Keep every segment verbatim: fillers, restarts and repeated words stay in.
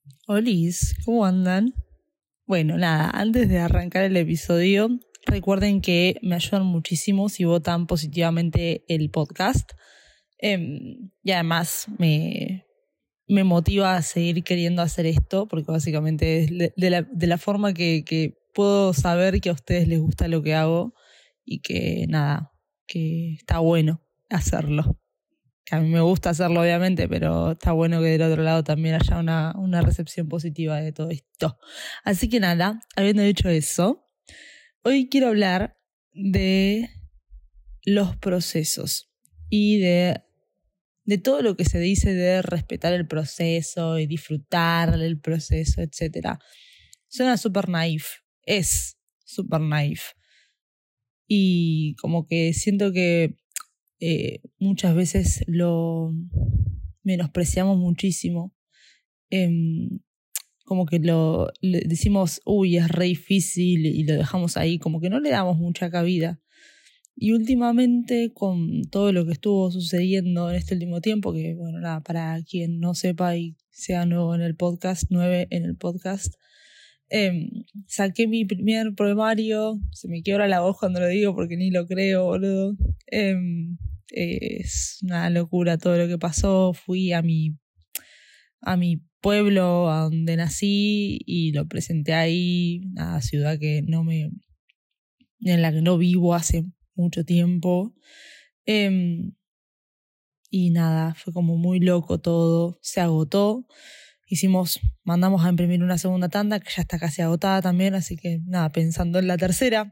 Olis, ¿cómo andan? Bueno, nada, antes de arrancar el episodio, recuerden que me ayudan muchísimo si votan positivamente el podcast. Eh, y además me, me motiva a seguir queriendo hacer esto, porque básicamente es de, de, la, de la forma que, que puedo saber que a ustedes les gusta lo que hago y que nada, que está bueno hacerlo. Que a mí me gusta hacerlo obviamente, pero está bueno que del otro lado también haya una, una recepción positiva de todo esto. Así que nada, habiendo dicho eso, hoy quiero hablar de los procesos y de, de todo lo que se dice de respetar el proceso y disfrutar del proceso, etcétera. Suena súper naif, es súper naif. Y como que siento que Eh, muchas veces lo menospreciamos muchísimo. Eh, como que lo le decimos, uy, es re difícil y lo dejamos ahí, como que no le damos mucha cabida. Y últimamente, con todo lo que estuvo sucediendo en este último tiempo, que bueno, nada, para quien no sepa y sea nuevo en el podcast, nueve en el podcast, eh, saqué mi primer poemario, se me quiebra la voz cuando lo digo porque ni lo creo, boludo. Eh, es una locura todo lo que pasó. Fui a mi, a mi pueblo, a donde nací, y lo presenté ahí, una ciudad que no me, en la que no vivo hace mucho tiempo. Eh, y nada, fue como muy loco todo, se agotó. Hicimos, mandamos a imprimir una segunda tanda que ya está casi agotada también, así que nada, pensando en la tercera.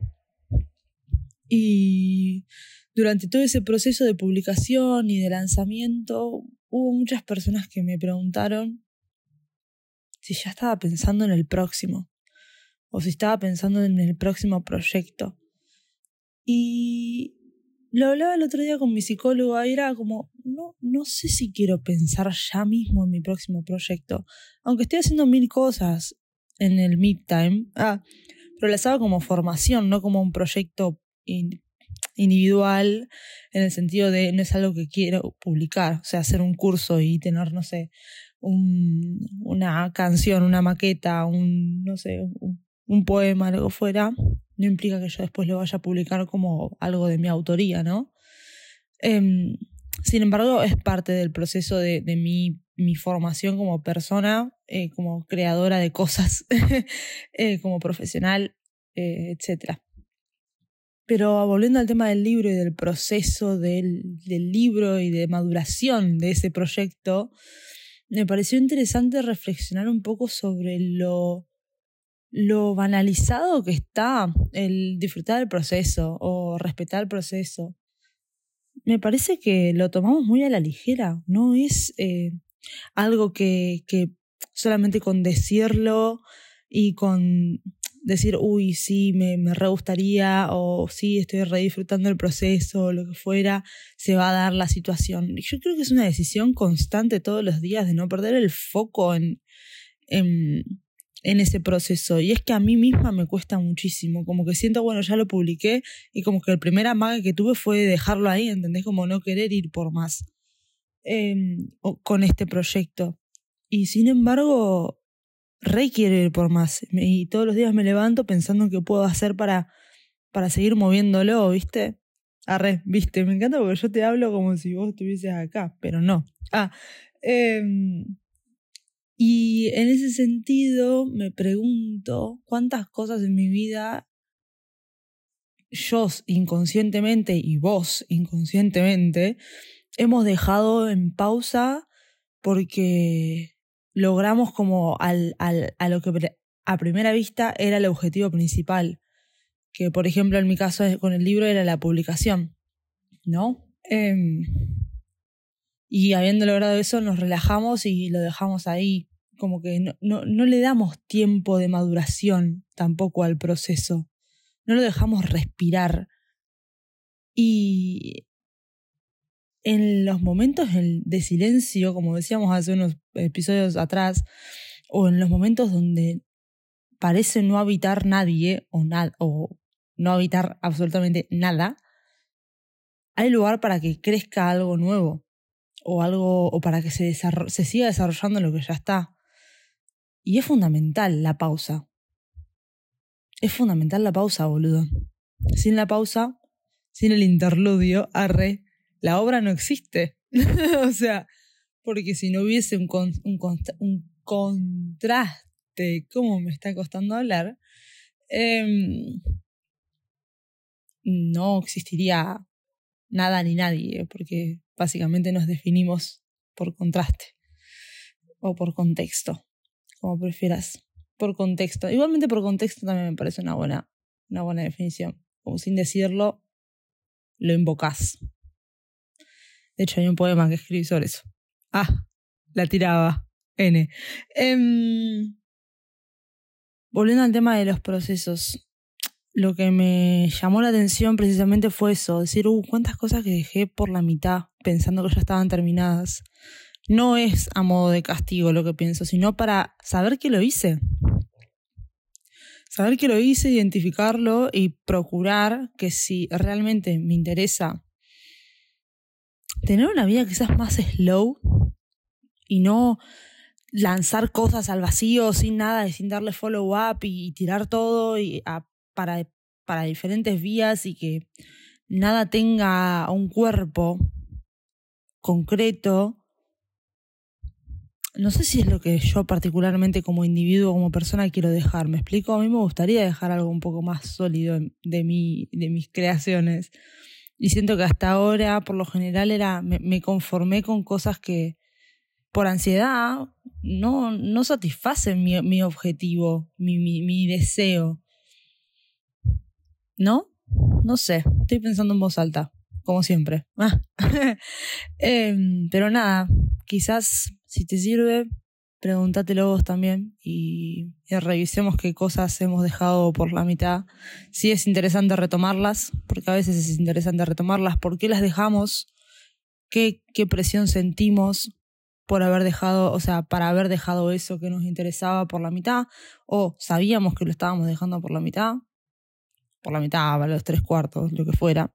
Y durante todo ese proceso de publicación y de lanzamiento, hubo muchas personas que me preguntaron si ya estaba pensando en el próximo, o si estaba pensando en el próximo proyecto. Y lo hablaba el otro día con mi psicóloga y era como, no, no sé si quiero pensar ya mismo en mi próximo proyecto, aunque estoy haciendo mil cosas en el midtime, ah, pero las hago como formación, no como un proyecto in- individual, en el sentido de no es algo que quiero publicar, o sea, hacer un curso y tener, no sé, un, una canción, una maqueta, un, no sé, un, un poema, lo que fuera, no implica que yo después lo vaya a publicar como algo de mi autoría, ¿no? Eh, sin embargo, es parte del proceso de, de mi, mi formación como persona, eh, como creadora de cosas, eh, como profesional, eh, etcétera. Pero volviendo al tema del libro y del proceso del, del libro y de maduración de ese proyecto, me pareció interesante reflexionar un poco sobre lo, lo banalizado que está el disfrutar del proceso o respetar el proceso. Me parece que lo tomamos muy a la ligera, no es eh, algo que, que solamente con decirlo y con decir, uy, sí, me, me re gustaría, o sí, estoy re disfrutando el proceso, o lo que fuera, se va a dar la situación. Yo creo que es una decisión constante todos los días de no perder el foco en, en, en ese proceso. Y es que a mí misma me cuesta muchísimo, como que siento, bueno, ya lo publiqué, y como que el primer amague que tuve fue dejarlo ahí, ¿entendés? Como no querer ir por más eh, con este proyecto. Y sin embargo, re quiero ir por más. Y todos los días me levanto pensando en qué puedo hacer para, para seguir moviéndolo, ¿viste? Arre, ¿viste? Me encanta porque yo te hablo como si vos estuvieses acá, pero no. Ah, eh, y en ese sentido me pregunto cuántas cosas en mi vida yo inconscientemente y vos inconscientemente hemos dejado en pausa porque logramos como al, al, a lo que a primera vista era el objetivo principal, que por ejemplo en mi caso con el libro era la publicación, ¿no? Eh, y habiendo logrado eso nos relajamos y lo dejamos ahí, como que no, no, no le damos tiempo de maduración tampoco al proceso, no lo dejamos respirar. Y en los momentos de silencio, como decíamos hace unos episodios atrás, o en los momentos donde parece no habitar nadie o, na- o no habitar absolutamente nada, hay lugar para que crezca algo nuevo o algo o para que se, desarro- se siga desarrollando lo que ya está. Y es fundamental la pausa. Es fundamental la pausa, boludo. Sin la pausa, sin el interludio, arre, la obra no existe. O sea, porque si no hubiese un, con, un, const, un contraste, ¿cómo me está costando hablar? Eh, no existiría nada ni nadie, porque básicamente nos definimos por contraste o por contexto, como prefieras. Por contexto. Igualmente por contexto también me parece una buena, una buena definición. Como sin decirlo, lo invocás. De hecho, hay un poema que escribí sobre eso. Ah, la tiraba. N. Eh, volviendo al tema de los procesos. Lo que me llamó la atención precisamente fue eso. Decir, uh, cuántas cosas que dejé por la mitad pensando que ya estaban terminadas. No es a modo de castigo lo que pienso, sino para saber que lo hice. Saber que lo hice, identificarlo y procurar que si realmente me interesa tener una vida quizás más slow y no lanzar cosas al vacío sin nada y sin darle follow up y, y tirar todo y a, para, para diferentes vías y que nada tenga un cuerpo concreto. No sé si es lo que yo particularmente como individuo, como persona quiero dejar. ¿Me explico? A mí me gustaría dejar algo un poco más sólido de, mi, de mis creaciones. Y siento que hasta ahora, por lo general, era me, me conformé con cosas que por ansiedad no, no satisfacen mi, mi objetivo, mi, mi, mi deseo. ¿No? No sé. Estoy pensando en voz alta, como siempre. Ah. eh, pero nada, quizás... Si te sirve, pregúntatelo vos también y, y revisemos qué cosas hemos dejado por la mitad. Si es interesante retomarlas, porque a veces es interesante retomarlas. ¿Por qué las dejamos? ¿Qué, qué presión sentimos por haber dejado, o sea, para haber dejado eso que nos interesaba por la mitad? ¿O sabíamos que lo estábamos dejando por la mitad? Por la mitad, a los tres cuartos, lo que fuera.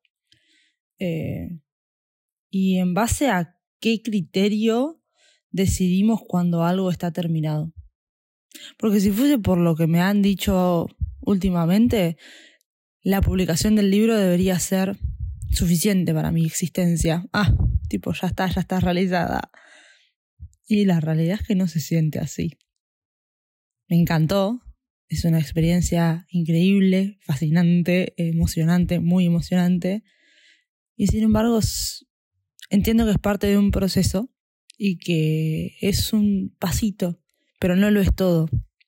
Eh, y en base a qué criterio decidimos cuando algo está terminado. Porque si fuese por lo que me han dicho últimamente, la publicación del libro debería ser suficiente para mi existencia. Ah, tipo, ya está, ya está realizada. Y la realidad es que no se siente así. Me encantó. Es una experiencia increíble, fascinante, emocionante, muy emocionante. Y sin embargo, entiendo que es parte de un proceso y que es un pasito, pero no lo es todo.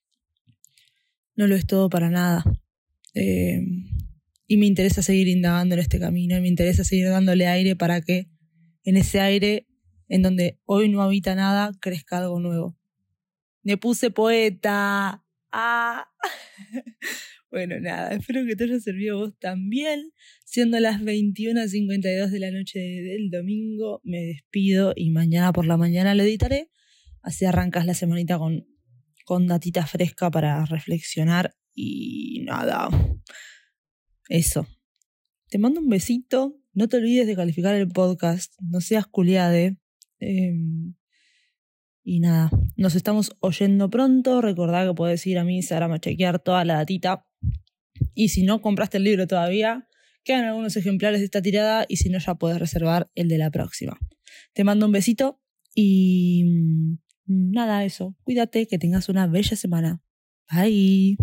No lo es todo para nada. Eh, y me interesa seguir indagando en este camino, y me interesa seguir dándole aire para que en ese aire, en donde hoy no habita nada, crezca algo nuevo. Me puse poeta. Ah. Bueno, nada, espero que te haya servido a vos también. Siendo las veintiuna cincuenta y dos de la noche del domingo, me despido y mañana por la mañana lo editaré. Así arrancas la semanita con, con datita fresca para reflexionar y nada. Eso. Te mando un besito. No te olvides de calificar el podcast. No seas culiade. Eh, y nada, nos estamos oyendo pronto. Recordá que podés ir a mi Instagram a chequear toda la datita. Y si no compraste el libro todavía, quedan algunos ejemplares de esta tirada y si no ya podés reservar el de la próxima. Te mando un besito y nada, eso. Cuídate, que tengas una bella semana. Bye.